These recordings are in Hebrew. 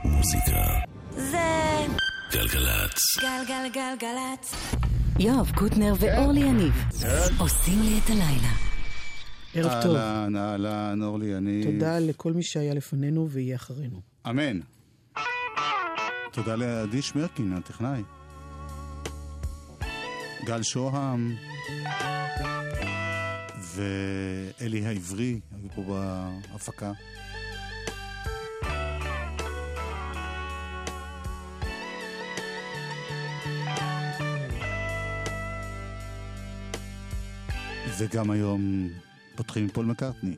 מוזיקה זה גלגלצ. גלגלגלגלצ. יואב קוטנר ואורלי יניב עושים לי את הלילה. ערב טוב. אהלן, אורלי יניב. תודה לכל מי שהיה לפנינו ויהיה אחרינו. אמן. תודה לעדי שמרקין, הטכנאי. גל שוהם ואלי העברי היו פה בהפקה. וגם היום פותחים עם פול מקרטני.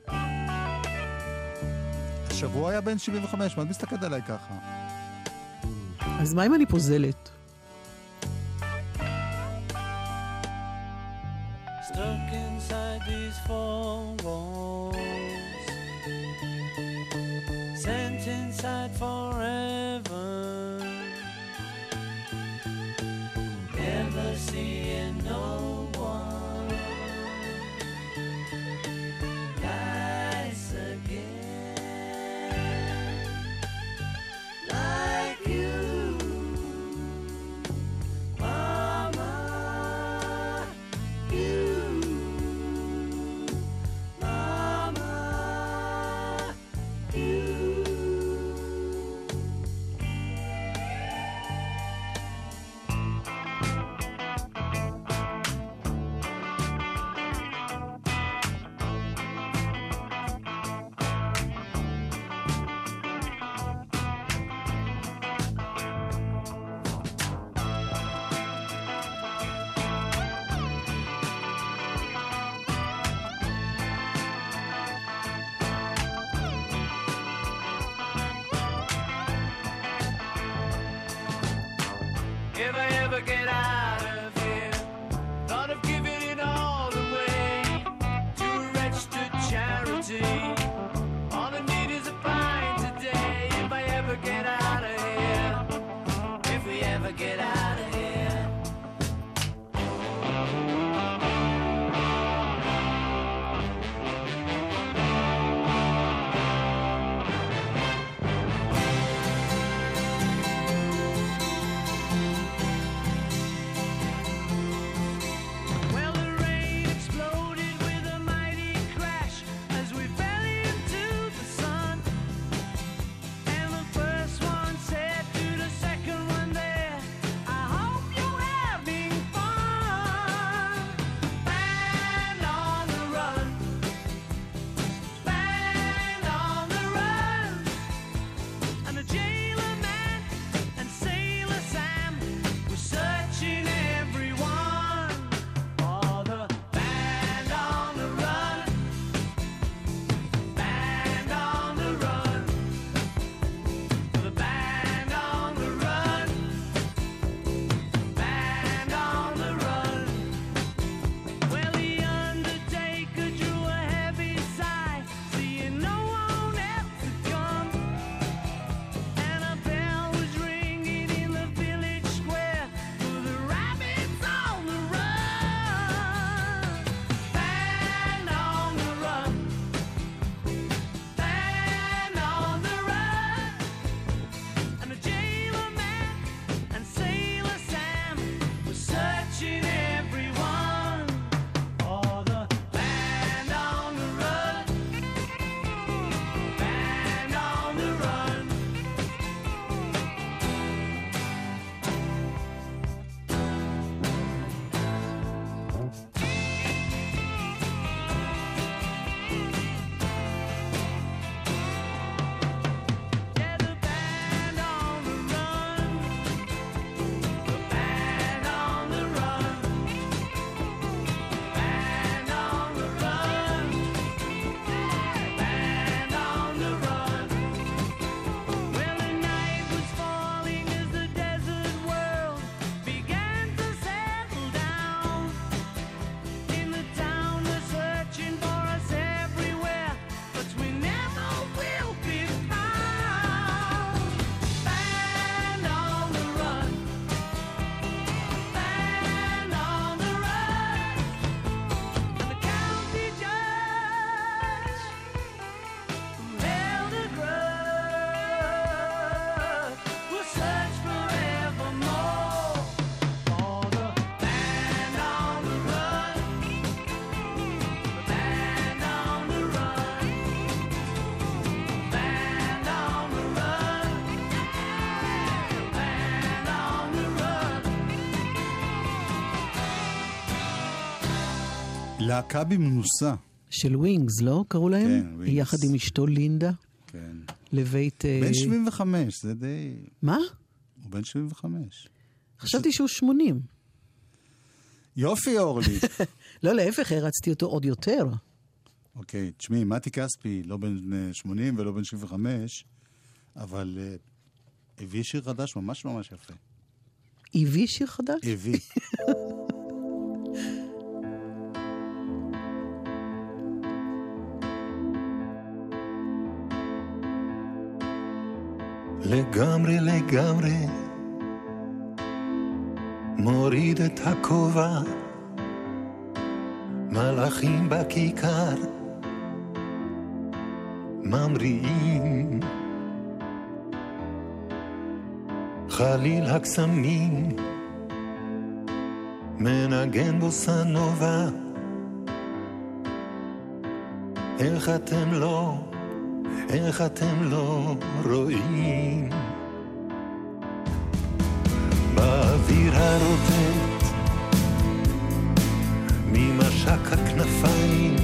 השבוע היה בן 75, מה את מסתכלת עליי ככה? אז מה אם אני פוזלת? Stuck inside these four walls, sent inside forever, never seeing no one nice again like you, mama, you. להקה במנוסה. של ווינגס, לא? קראו להם? כן, ווינגס. יחד עם אשתו לינדה, כן. לבית... בן 75, זה די... מה? הוא בן 75. חשבתי שהוא 80. יופי, אורלי. לא, להפך, הרצתי אותו עוד יותר. אוקיי, תשמעי, מתי כספי, לא בן 80 ולא בן 75, אבל הביא שיר חדש ממש ממש יפה. הביא שיר חדש? הביא. לגמרי לגמרי מוריד את הכובע, מלאכים בכיכר ממריאים, חליל הקסמים מנגן בוסנובה. איך אתם לא רואים? באוויר הרוטט ממשק הכנפיים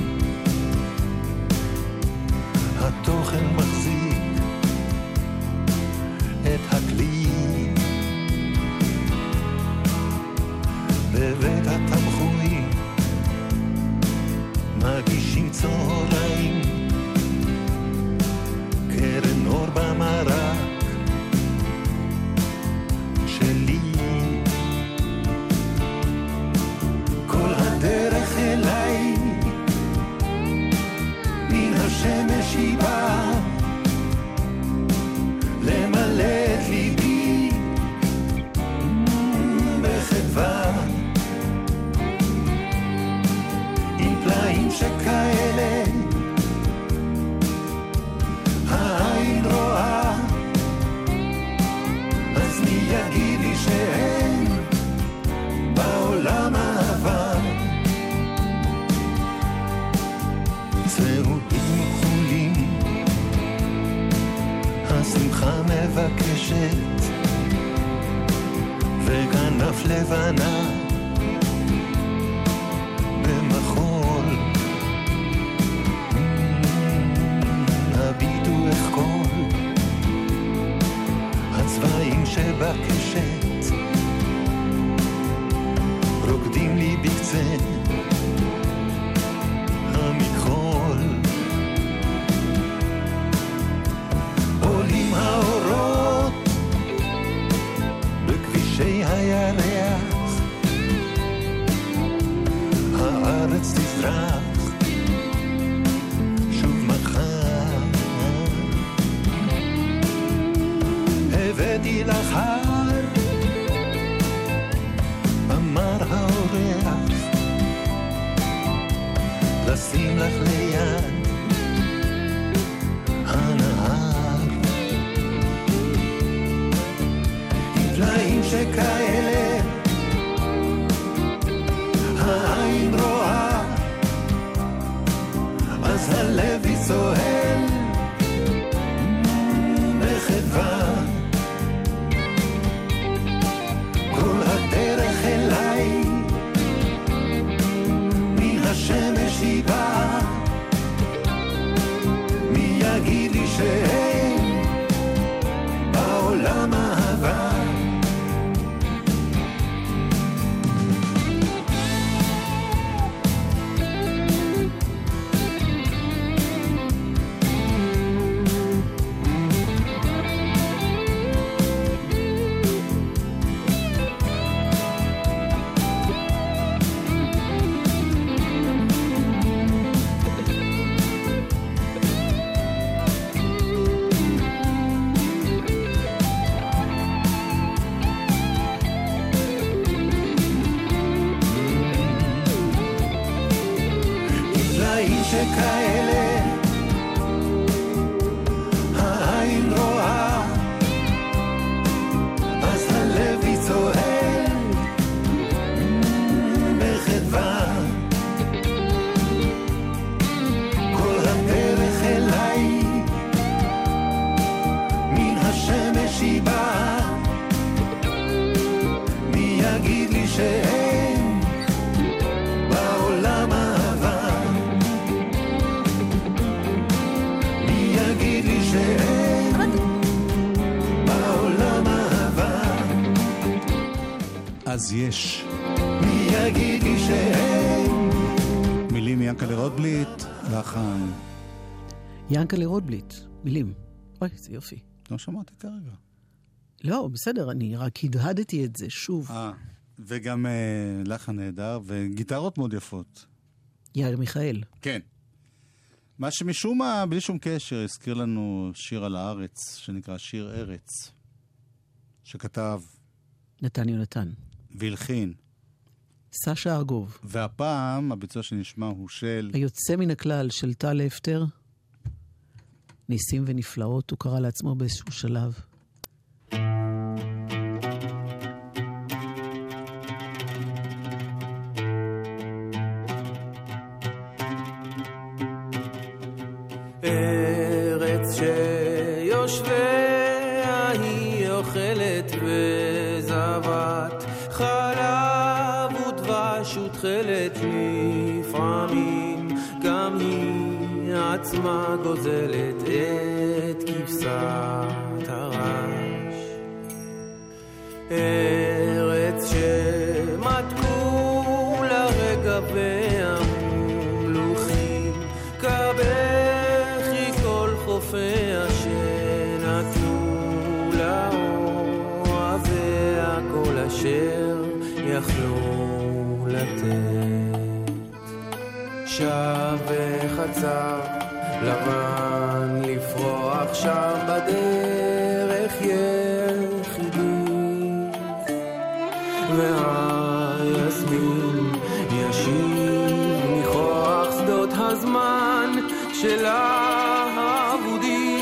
התוכן מחזיק את הכלי. בבית התמחוי מגישים צהריים, קרן אור במרק שלי. כל הדרך אליי מן השמש היא באה למלא את ליבי בחדווה, עם פלאים שכאלה העין רואה, אז מי יגיד לי שאין בעולם אהבה? צהובים כחולים השמחה מבקשת, וכנף לבנה במחול. הביטו איך כל הצבעים שבקשת רוקדים לי בקצה המכחול. עולים האורות בכבישי הירח, הארץ תזרח שוב מחר. הבאתי לך הר, אמר האורח, לשים לך ליד הנהר. עם פלאים שכאלה העין רואה, אז הלב יצוהל בחדווה. כל הדרך אליי מן השמש היא באה, מי יגיד לי שאין בעולם אהבה? אז יש. מי יגיד לי שאין? מילים ינקלה רוטבליט, לחן. ינקלה רוטבליט, מילים. אוי, זה יופי. לא שמעתי כרגע. לא, בסדר, אני רק הדהדתי את זה שוב. וגם לחן נהדר, וגיטרות מאוד יפות. יאיר מיכאל. כן. מה שמשום מה, בלי שום קשר, הזכיר לנו שיר על הארץ, שנקרא שיר ארץ, שכתב נתן יונתן. והלחין. סשה ארגוב. והפעם, הביצוע שנשמע הוא של... היוצא מן הכלל של טל אפטר, ניסים ונפלאות, הוא קרא לעצמו באיזשהו שלב. ארץ שיושביה היא אוכלת וזבת חלב ודבש ותכלת, לפעמים גם היא עצמה גוזלת את כבשת הרש. ארץ שמתקו לרגע והמלוכים כבכי כל חופיה שנתנו לאוהביה כל אשר יכלו לתת. שב וחצר לבן לפרוח שם בדרך יחידי, והיסמין ישיב מכוח שדות הזמן של האבודים.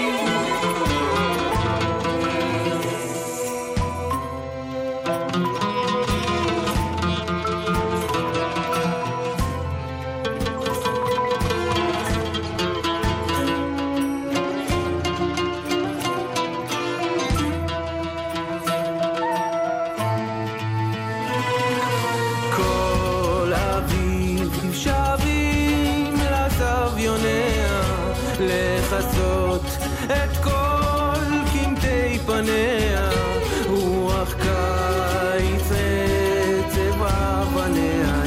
לחסות את כל קמטי פניה, רוח קיץ צבע פניה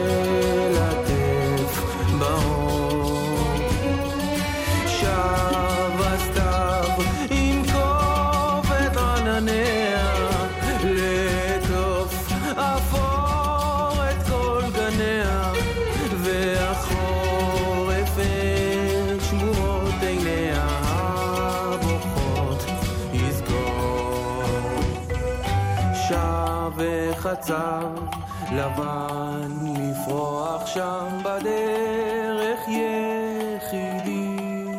ילטף באור. שב הסתיו עם כובד ענניה לטוף אפור את כל גניה, והחורף שמורות עיניה הבוכות יסגור. שב וחצר לבן לפרוח שם בדרך יחידי,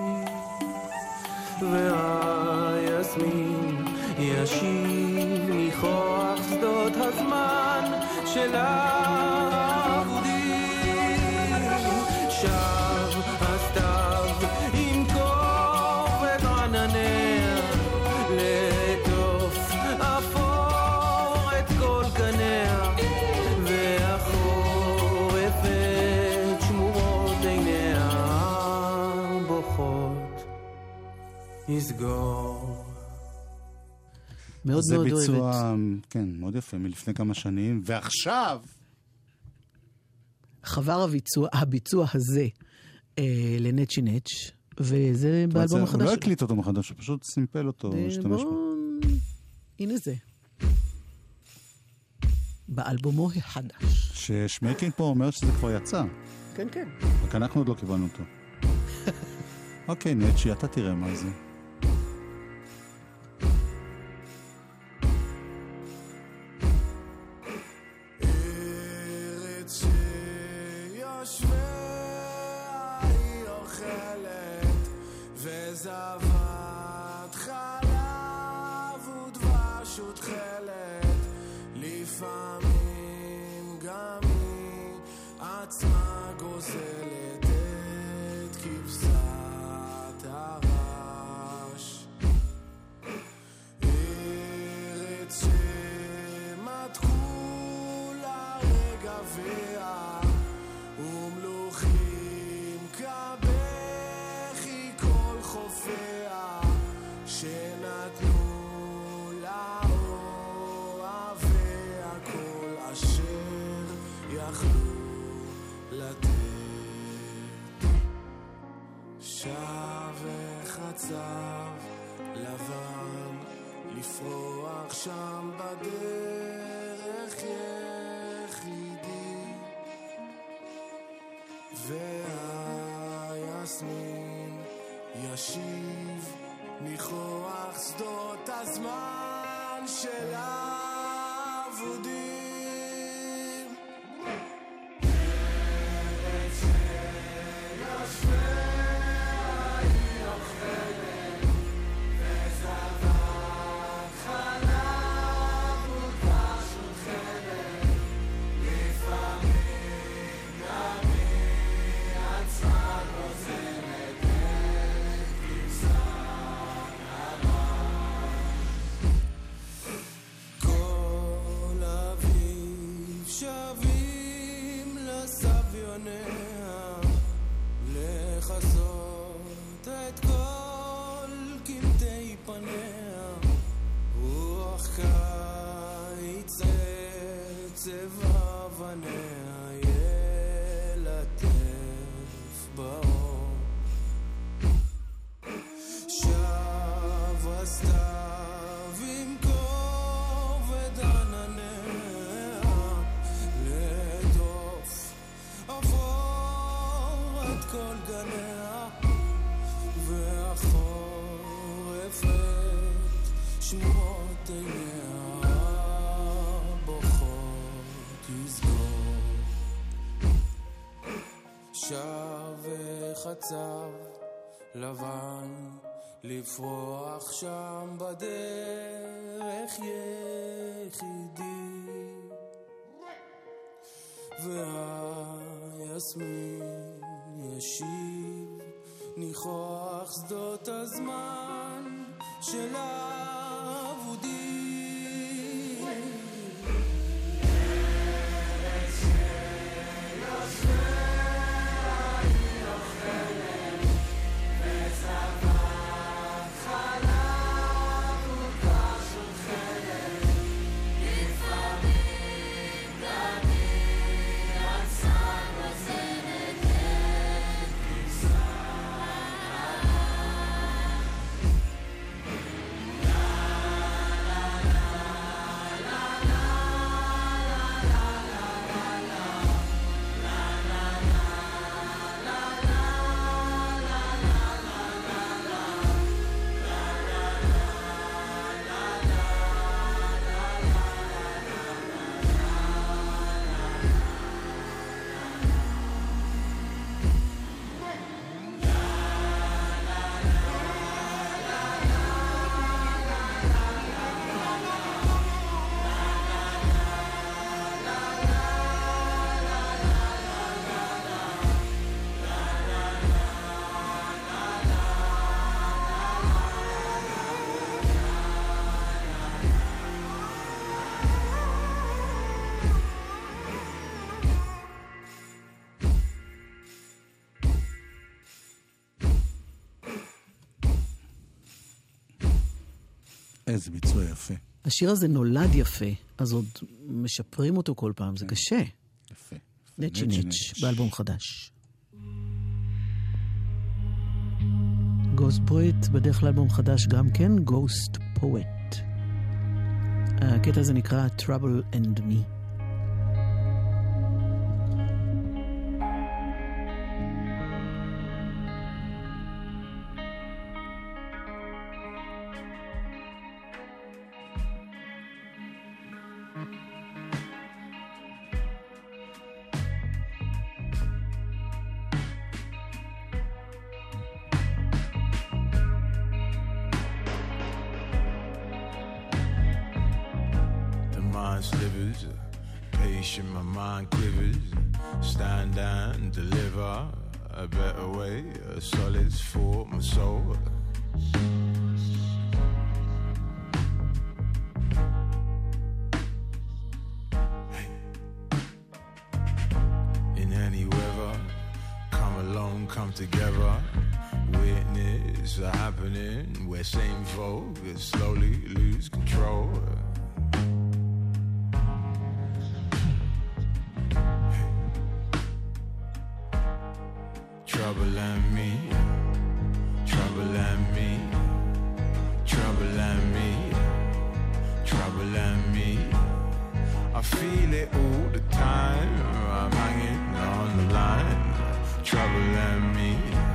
והיסמין ישיב מכוח שדות הזמן של האבודים. שב הסתיו עם כובד ענניה לטוף אפור את כל גניה, והחורף את שמורות עיניה בוכות יסגור. מאוד מאוד אוהבת. זה ביצוע, כן, מאוד יפה, מלפני כמה שנים, ועכשיו חבר הביצוע הזה לנצ'י נץ', וזה באלבום החדש. הוא לא הקליט אותו מחדש, הוא פשוט סימפל אותו. הנה זה. באלבומו החדש. ששמייקין פה אומר שזה כבר יצא. כן, כן. רק אנחנו עוד לא קיבלנו אותו. אוקיי, נצ'י, אתה תראה מה זה. זבת חלב ודבש ותכלת, לפעמים גם היא עצמה גוזלת את כבשת הרש. ארץ שמתקו לרגע ואה ומלוכים כבכי כל חופיה שנתנו לאוהביה כל יכלו לתת. שב וחצב לבן לפרוח שם בדרך יחידי, והיסמין ישיב ניחוח שדות הזמן של האבודים. ארץ שיושבי היא אוכלת וזבת חלב ודבש ותכלת, לפעמים גם היא עצמה גוזלת את כבשת המן. כל אביב שבים לסביוניה לחזות את כל קמטי פניה, רוח קיץ צבע אבניה ילטף באור. שב הסתיו עם כובד ענניה לדוף עבור את כל גניה, והחורף את שמועות עיניה בוכות יסגור. שב וחצב לבן לפרוח שם בדרך יחידי, והיסמין ישיב ניחוח שדות הזמן של האבודים. ארץ שיושבי היא אוכלת וזבת חלב ודבש ותכלת, לפעמים גם היא עצמה גוזלת את כבשת איזה ביצוע יפה. השיר הזה נולד יפה, אז עוד משפרים אותו כל פעם, זה קשה. יפה. נצ'י נץ' באלבום חדש. גוסט פואט, בדרך לאלבום חדש גם כן, גוסט פואט. הקטע הזה נקרא Trouble and Me. Slivers, patient, my mind quivers. Stand down, deliver a better way, a solids for my soul. Hey. In any weather, come along, come together. Witness the happening where same folk slowly lose control. Hey. it all the time. I'm hanging on the line, trouble and me.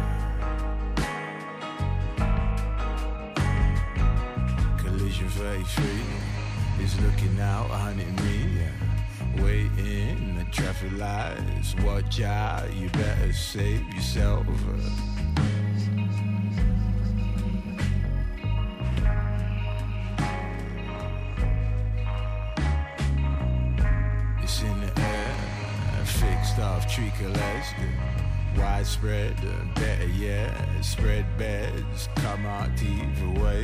Collision 33 is looking out, hunting me. Waiting the traffic lights, watch out, you better save yourself. It's in the air, fixed off treacle-esque. Widespread, better yet, spread beds, come out either way.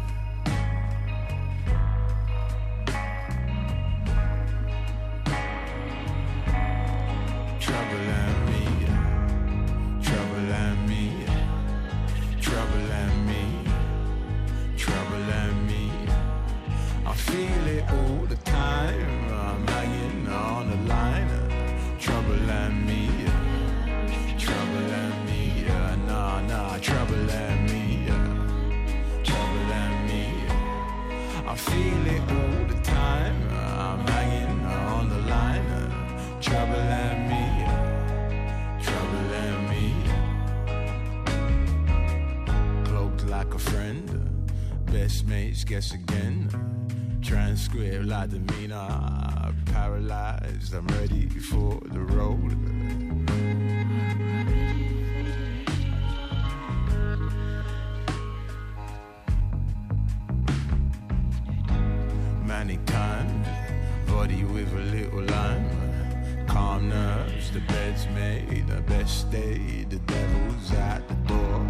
Trouble and me, trouble and me, trouble and me, trouble and me. I feel it all the time, I'm hanging on the line. Trouble and me, trouble and me, nah, trouble and me, trouble and me. I feel it all the time, I'm hanging on the line. Trouble and me, trouble and me. Cloaked like a friend, best mates guess again. Transcript like demeanor, paralyzed, I'm ready for the road. Manic times, body with a little lime. Calm nerves, the bed's made, the best day, the devil's at the door.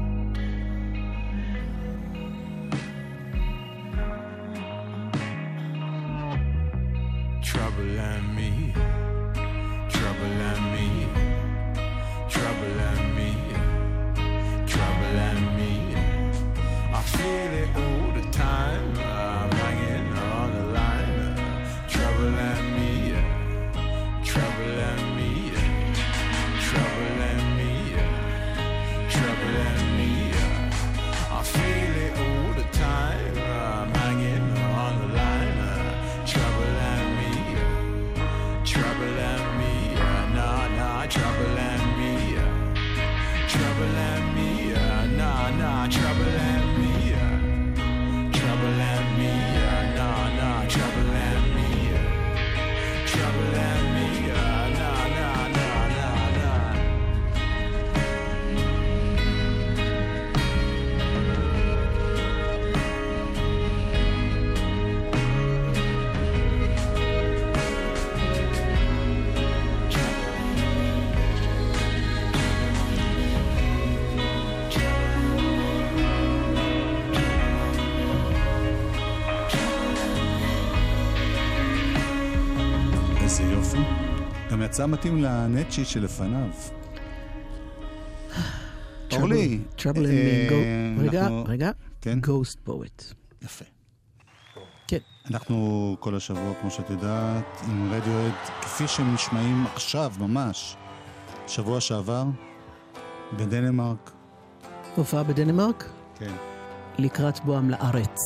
Trouble and me, trouble and me, trouble and me, trouble and me. I feel it all the time, I'm hanging on the line. Trouble and me, trouble and me, trouble and me, trouble and me. I feel it all the time, I'm hanging on the line. Trouble and me, trouble and me, nah, trouble and me, trouble and me, nah, trouble and me, trouble and me, nah, trouble and me, trouble and me, nah. איזה יופי. גם יצא מתאים לנצ'י שלפניו. אורלי. Trouble and me. רגע. כן? Ghost Poet. יפה. כן. אנחנו כל השבוע, כמו שאת יודעת, עם רדיואד, כפי שהם נשמעים עכשיו, ממש. שבוע שעבר, בדנמרק. הופעה בדנמרק? כן. לקראת בואם לארץ.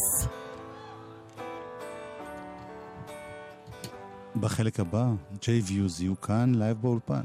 בחלק הבא, J-Views יהיו כאן, לייב באולפן.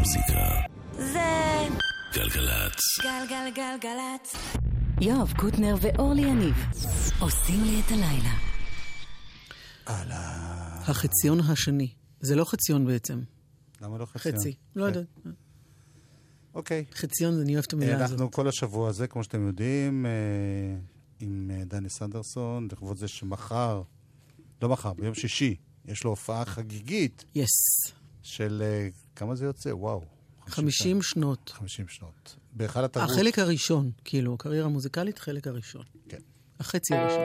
המוזיקה. זה גלגלצ. גלגלגלגלצ. יואב קוטנר ואורלי יניב עושים לי את הלילה. החציון השני. זה לא חציון בעצם. למה לא חציון? חצי. לא יודעת. אוקיי. חציון, אני אוהבת המילה הזאת. אנחנו כל השבוע הזה, כמו שאתם יודעים, עם דני סנדרסון, לכבוד זה שמחר, לא מחר, ביום שישי, יש לו הופעה חגיגית. של כמה זה יוצא? וואו. 50 שנות. 50 שנות. בהיכל התרבות. החלק הראשון, כאילו, הקריירה מוזיקלית, חלק הראשון. כן. החצי הראשון.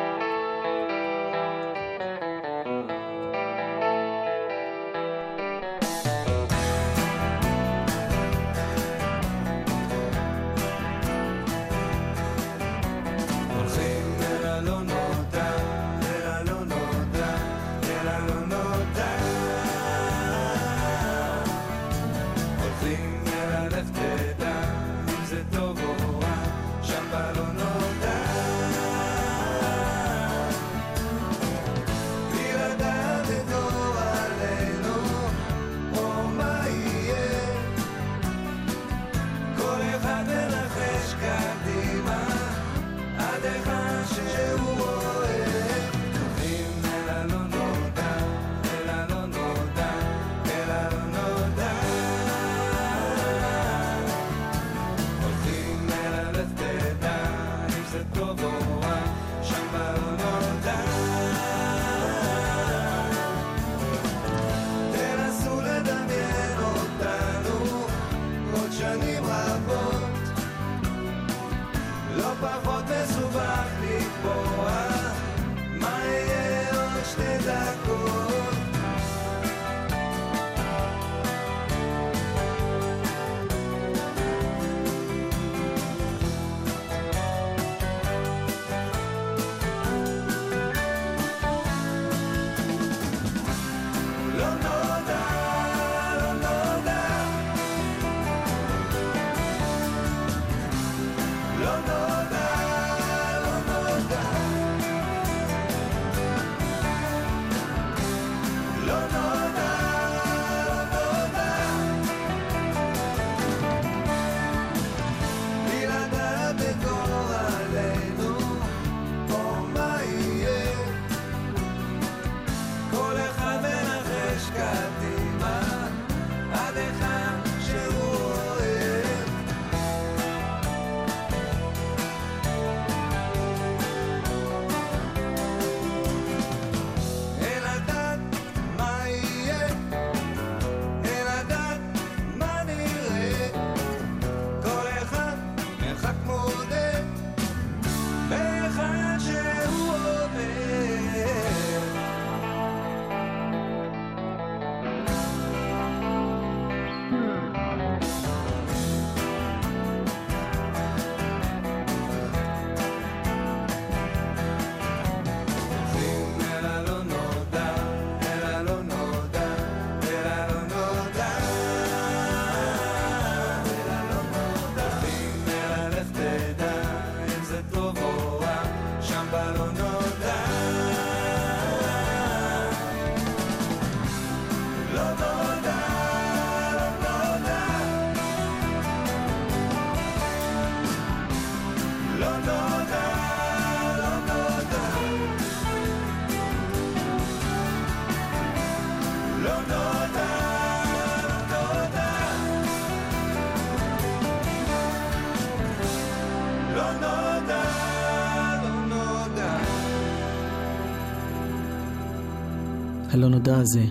הלא נודע הזה.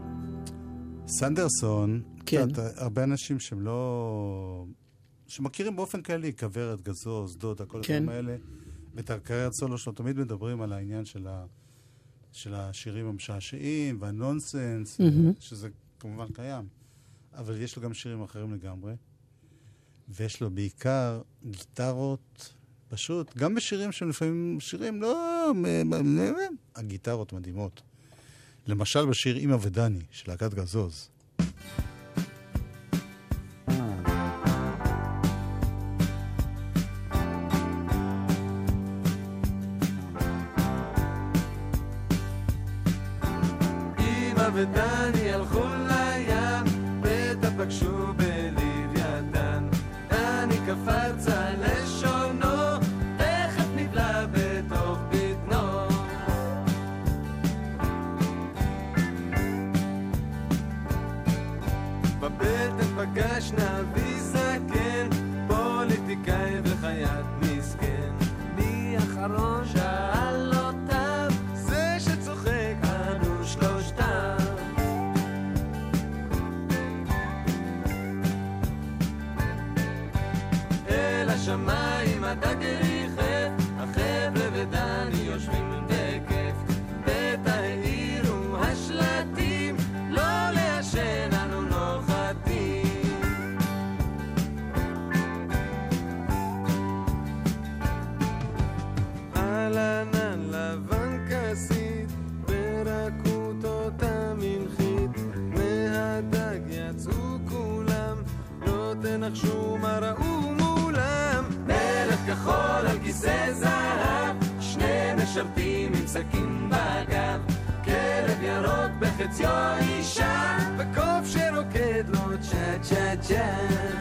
סנדרסון, כן. הרבה אנשים שהם לא... שמכירים באופן כללי, כברת, גזוז, דודה, כל הדברים האלה, ואת הקריירת סולו שלו, תמיד מדברים על העניין של השירים המשעשעים והנונסנס, שזה כמובן קיים, אבל יש לו גם שירים אחרים לגמרי, ויש לו בעיקר גיטרות, פשוט, גם בשירים שהם לפעמים שירים לא... הגיטרות מדהימות. למשל בשיר אמא ודני של להקת גזוז. אמא ודני הלכו לים, ואת תבקשו בלוויתן, אני קפץ על לשונו, תכף נבלע בתוך בטנו. בבטן פגש נביא זקן, פוליטיקאי וחייט מסכן. מי אחרון שאל אותם, זה שצוחק אנו שלושתם. אל השמיים הדג ריחף, החבר'ה ודני יושבים בכיף. בית העירו השלטים, לא לעשן אנו נוחתים. על ענן לבן כסית, ברכות אותה מנחית. מהדג יצאו כולם, לא תנחשו מה ראו מולם. מלך כחול על כיסא זהב, שני משרתים עם סכין בגב. כלב ירוק בחציו אישה, וקוף שרוקד לו צ'ה צ'ה צ'ה.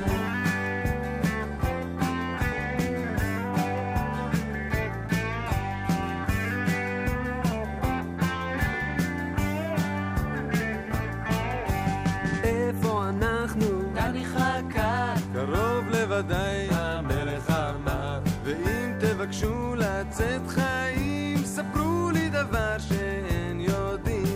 איפה אנחנו? דני חכה. קרוב לוודאי המלך אמר, ואם תבקשו לצאת חיים, ספרו לי דבר שאין יודעים.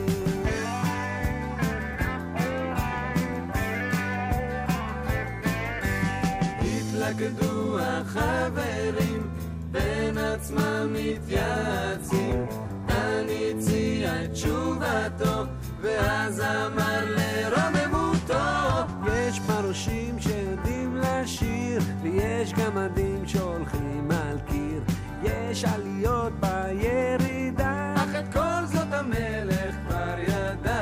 התלכדו החברים, בין עצמם מתייעצים. אני הציע את תשובתו, ואז אמר לרוממותו, יש פרושים שיודעים לשיר, ויש גמדים שהולכים על קיר. יש עליות בירידה, אך את כל זאת המלך כבר ידע.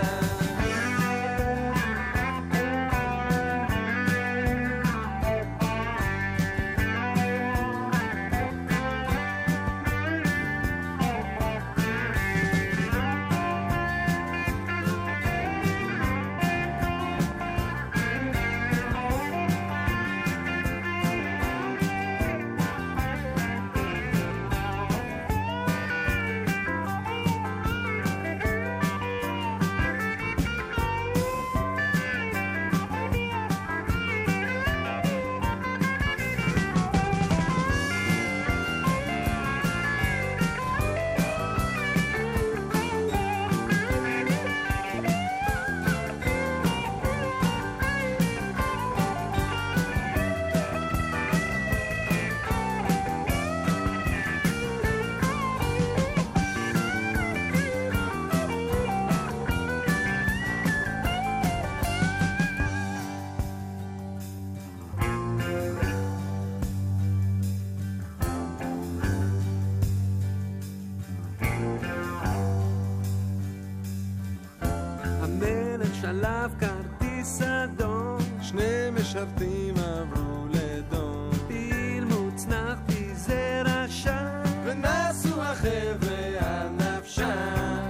שלב כרטיס אדום, שני משרתים עברו לדום. פיל מוצנח פיזר עשן, ונסו החבר'ה על נפשם.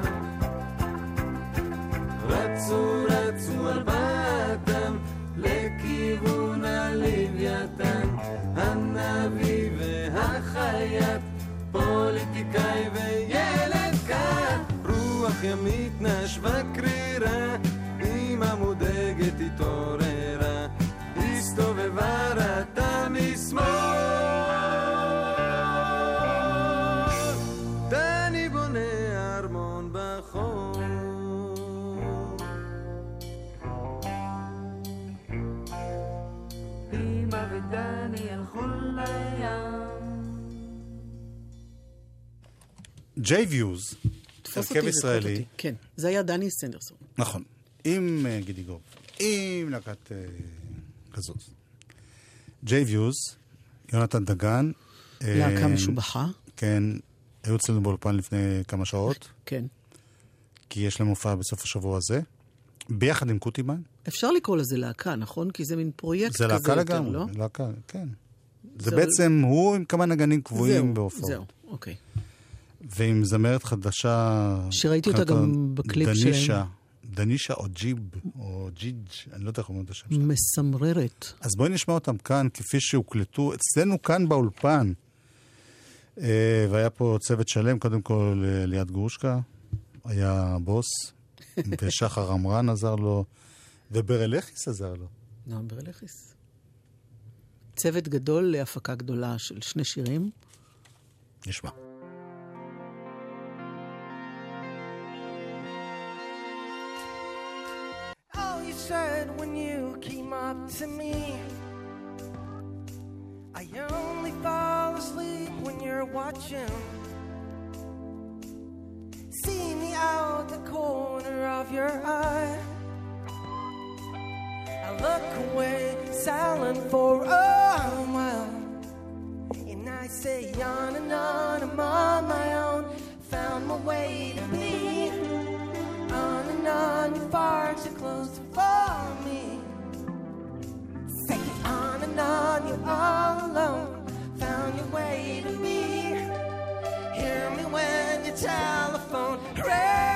רצו ארבעתם לכיוון הלוויתן, הנביא והחייט, פוליטיקאי וילד קט. רוח ימית נשבה קרירה, אמא מודאגת התעוררה, הסתובבה ראתה משמאל. דני בונה ארמון בחור, אמא ודני הלכו לים. ג'יי ויוז, הרכב ישראלי. כן, זה היה דני סנדרסון. נכון. עם גידי גוב, עם להקת גזוז. ג'יי ויוז, יונתן דגן. להקה משובחה. כן, היו אצלנו באולפן לפני כמה שעות. כן. כי יש להם הופעה בסוף השבוע הזה. ביחד עם קוטימן. אפשר לקרוא לזה להקה, נכון? כי זה מין פרויקט כזה. זה להקה לגמרי, לא? להקה, כן. זה בעצם הוא עם כמה נגנים קבועים בהופעות. זהו, אוקיי. ועם זמרת חדשה... שראיתי אותה גם בקליפ שלהם. דנישה או ג'יב, או ג'יג', אני לא יודע איך אומרים את השם שלהם. מסמררת. אז בואי נשמע אותם כאן, כפי שהוקלטו אצלנו כאן באולפן. והיה פה צוות שלם, קודם כל ליד גורשקה, היה בוס, ושחר אמרן עזר לו, וברלכיס עזר לו. גם ברלכיס. צוות גדול להפקה גדולה של 2 שירים. נשמע. Said when you came up to me, I only fall asleep when you're watching. See me out the corner of your eye. I look away, silent for a while, and I say on and on, I'm on my own. Found my way to be. On and on, you're far too close for me. Say it on and on, you're all alone. Found your way to me. Hear me when your telephone rings.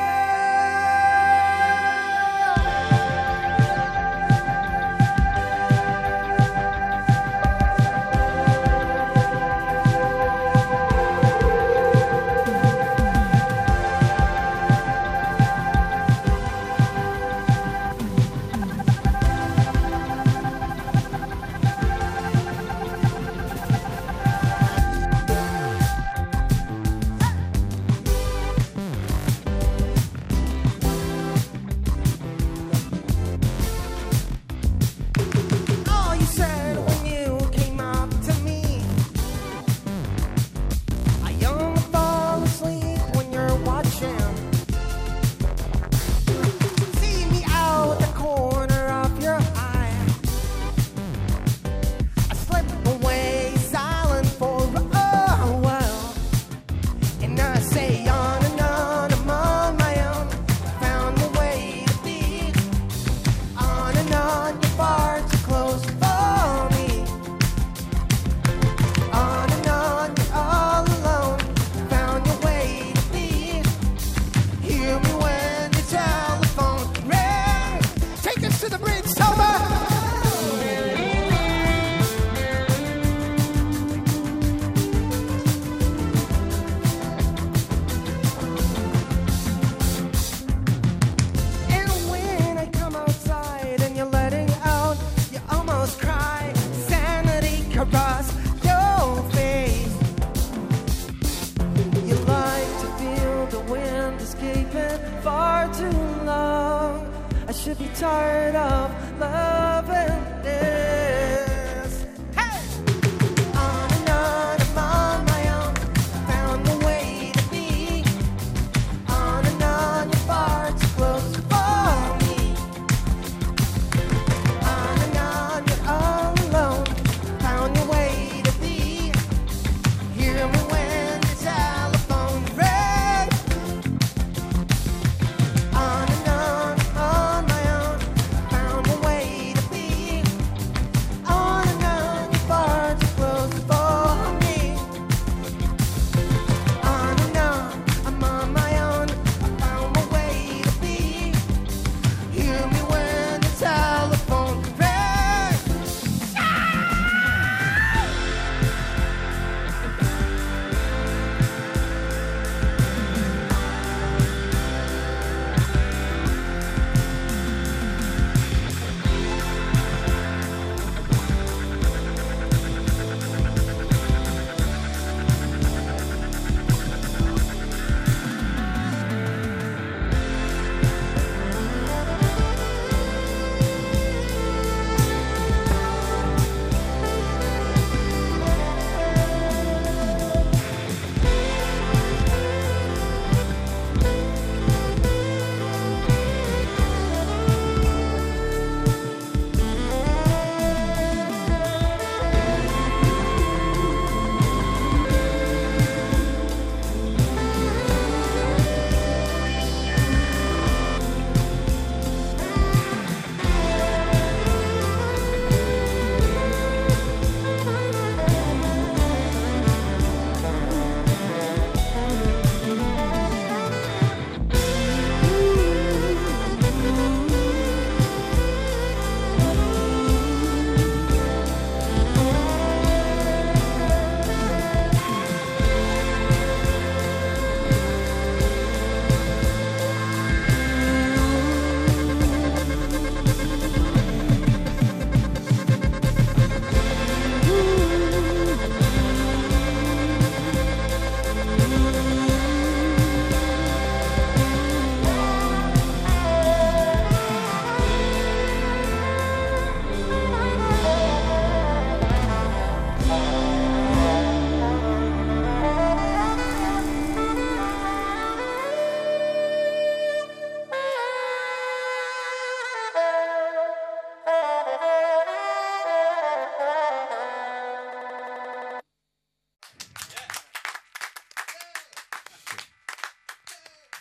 Tired of loving this. Hey! On and on, I'm on my own. Found the way to be. On and on, you're far too close for me. On and on, you're all alone. Found your way to be. Hear me when the telephone rings. On and on, on my own. Found a way to be.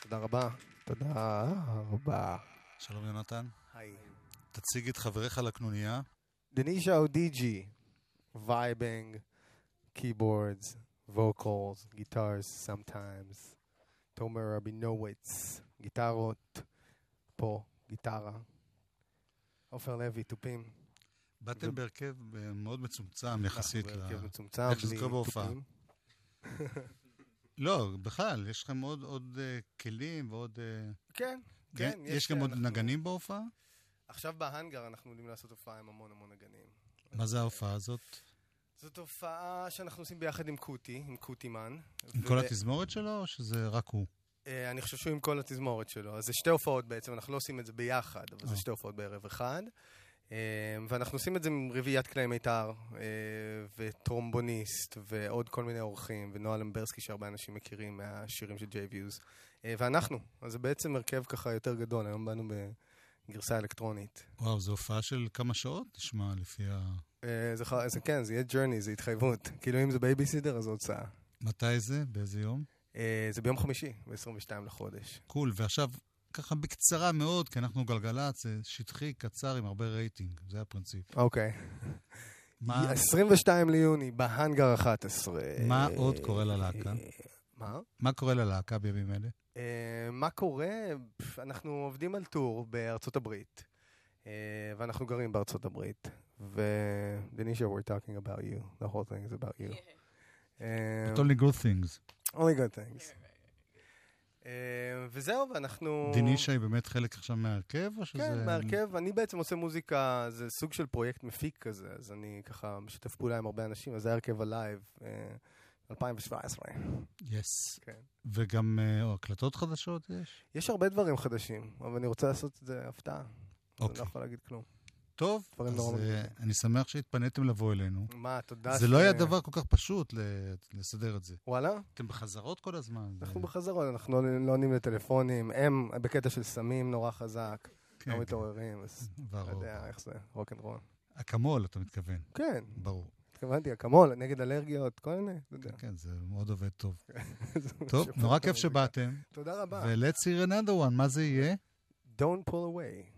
תודה רבה. תודה רבה. שלום יונתן. היי. תציג את חבריך לקנוניה. דנישה אודיג'י, vibing, keyboards, vocals, guitars sometimes. תומר רבינוביץ, גיטרות, פה, גיטרה. עופר לוי, תופים. באתם בהרכב מאוד מצומצם יחסית בהרכב מצומצם, איך שזה קורה בהופעה. לא, בכלל, יש לכם עוד כלים ועוד... כן. יש גם עוד נגנים בהופעה? עכשיו בהנגר אנחנו יודעים לעשות הופעה עם המון נגנים. מה זה ההופעה הזאת? זאת הופעה שאנחנו עושים ביחד עם קוטי, עם קוטימן. עם כל התזמורת שלו או שזה רק הוא? אני חושב שהוא עם כל התזמורת שלו. אז זה שתי הופעות בעצם, אנחנו לא עושים את זה ביחד, אבל זה שתי הופעות בערב אחד. ואנחנו עושים את זה עם רביעיית כלי מיתר, וטרומבוניסט, ועוד כל מיני אורחים, ונועה למברסקי שהרבה אנשים מכירים מהשירים של ג'יי-ויוז. ואנחנו, אז זה בעצם הרכב ככה יותר גדול, היום באנו בגרסה אלקטרונית. וואו, זו הופעה של כמה שעות? תשמע, לפי ה... זה כן, זה יהיה ג'רני, זה התחייבות. כאילו אם זה בייביסיטר, אז עוד שעה. מתי זה? באיזה יום? זה ביום חמישי, ב-22 לחודש. קול, ועכשיו ככה בקצרה מאוד, כי אנחנו גלגלת, זה שטחי, קצר, עם הרבה רייטינג. זה הפרינציפ. אוקיי. 22 ליוני, בהנגר 11. מה עוד קורה ללהקה? מה? מה קורה ללהקה בימים אלה? מה קורה? אנחנו עובדים על טור בארצות הברית, ואנחנו גרים בארצות הברית. ודנישה, we're talking about you. The whole thing is about you. But only good things. Only good things. וזהו, ואנחנו... דנישה היא באמת חלק עכשיו מהרכב? כן, מהרכב. אני בעצם עושה מוזיקה, זה סוג של פרויקט מפיק כזה, אז אני ככה משתף פעולה עם הרבה אנשים, אז זה הרכב הלייב, 2017. Yes. כן. וגם הקלטות חדשות יש? יש הרבה דברים חדשים, אבל אני רוצה לעשות את זה הפתעה. אז אני לא יכול להגיד כלום. טוב, אז אני שמח שהתפניתם לבוא אלינו. מה, תודה. זה לא היה דבר כל כך פשוט לסדר את זה. וואלה? אתם בחזרות כל הזמן. אנחנו בחזרות, אנחנו לא עונים לטלפונים, הם בקטע של סמים נורא חזק, לא מתעוררים, אז אתה יודע איך זה, רוק אנד רול. אקמול, אתה מתכוון. כן. ברור. התכוונתי, אקמול, נגד אלרגיות, כל מיני, אתה יודע. כן, זה מאוד עובד טוב. טוב, נורא כיף שבאתם. תודה רבה. ו-let's hear another one, מה זה יהיה? Don't pull away.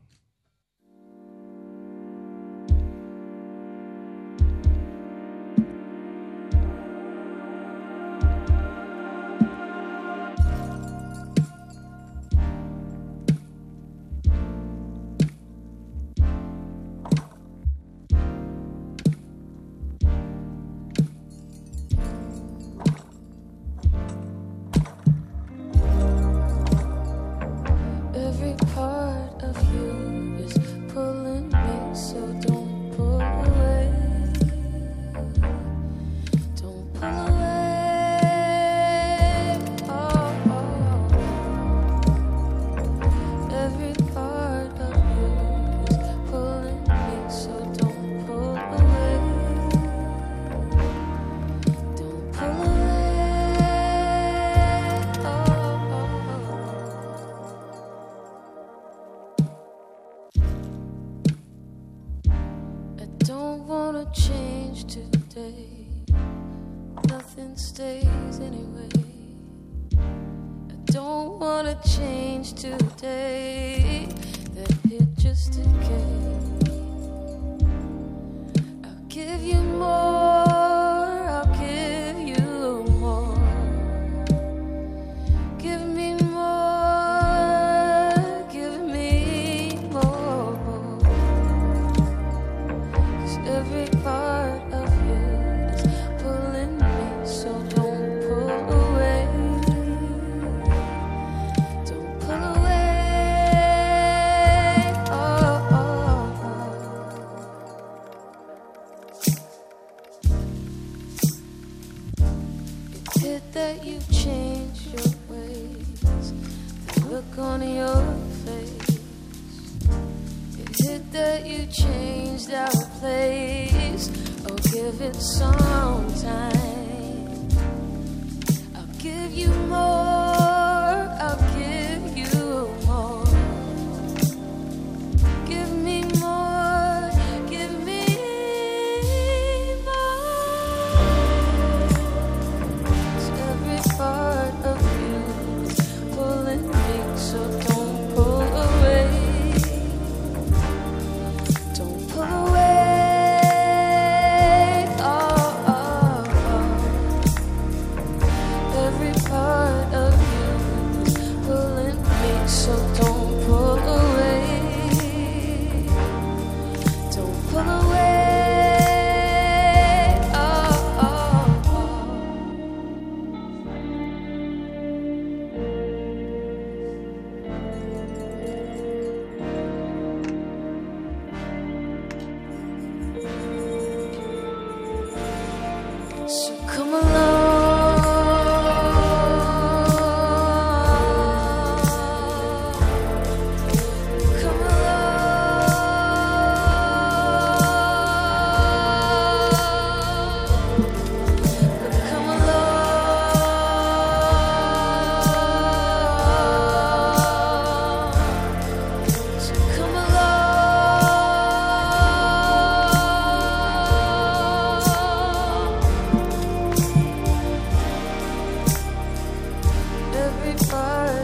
Pulling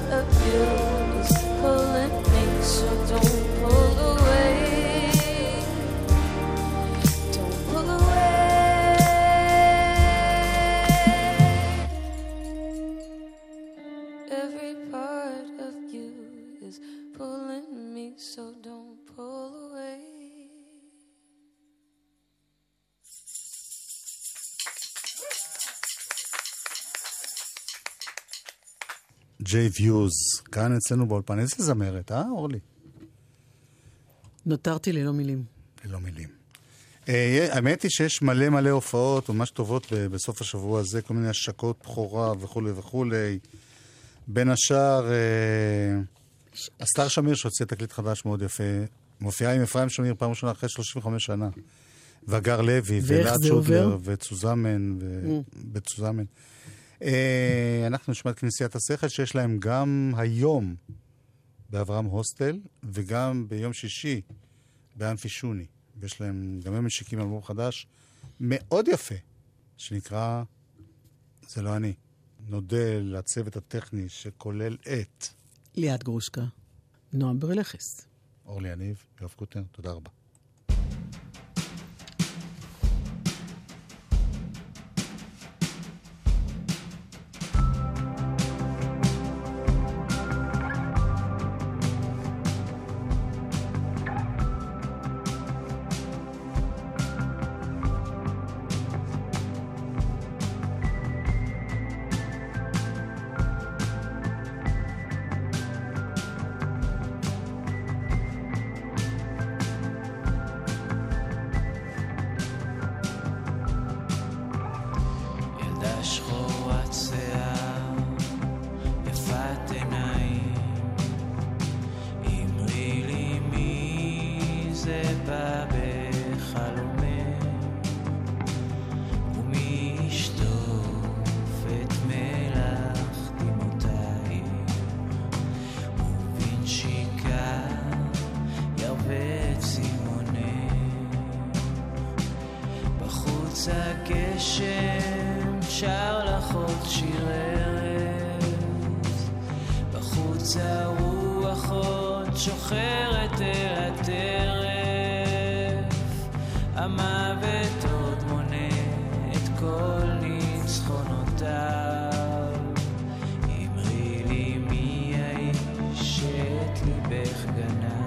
of you is pulling me, so don't pull away. Don't pull away. Every part of you is pulling me, so don't pull away. ג'יי ויוז, כאן אצלנו באולפן. איזה זמרת, אורלי? נותרתי ללא מילים. ללא מילים. האמת היא שיש מלא מלא הופעות ממש טובות בסוף השבוע הזה, כל מיני השקות בחורה וכו' וכו'. בין השאר, אסתר שמיר שהוציא תקליט חדש מאוד יפה, מופיעה עם אפרים שמיר פעם ראשונה אחרי 35 שנה. וגר לוי, ואלעד שודלר, וצוזמן, וצוזמן. אנחנו נשמע את כנסיית השכל שיש להם גם היום באברהם הוסטל וגם ביום שישי באמפי שוני, ויש להם גם הם משיקים אלבום חדש מאוד יפה שנקרא זה לא אני. נודה לצוות הטכני שכולל את ליאת גרושקה, נועם ברלכס, אורלי יניב, יואב קוטנר. תודה רבה. הגשם שר לך עוד שיר ארז, בחוץ הרוח עוד שוחרת אל הטרף, המוות עוד מונה את כל ניצחונותיו. אמרי לי מי האיש שאת ליבך גנב,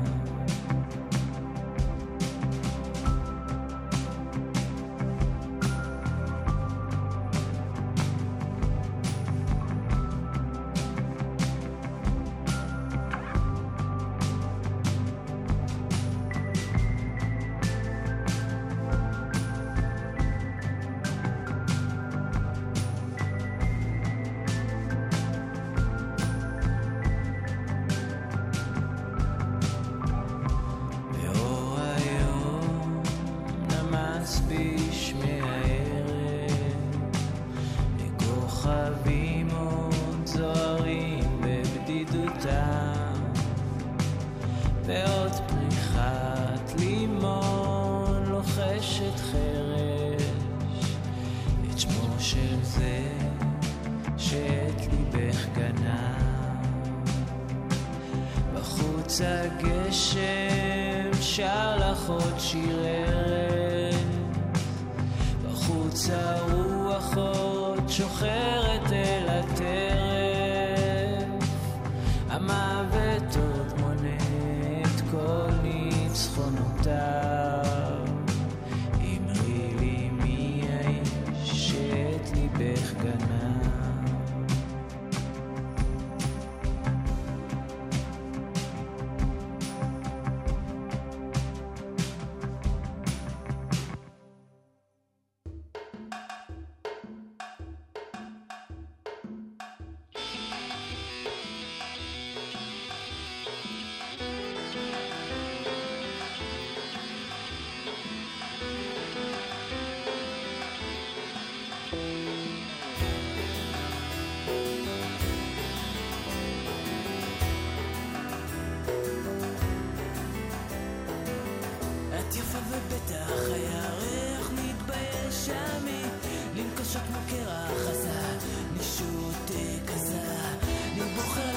הגשם שר לך עוד שיר ארז, בחוץ הרוח עוד שוחרת אל הטרף, המוות עוד מונה את כל ניצחונותיו. אמרי לי מי האיש שאת ליבך גנב, בוחר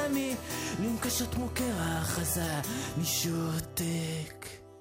אני קשות כמו קרח, אז אני שותק.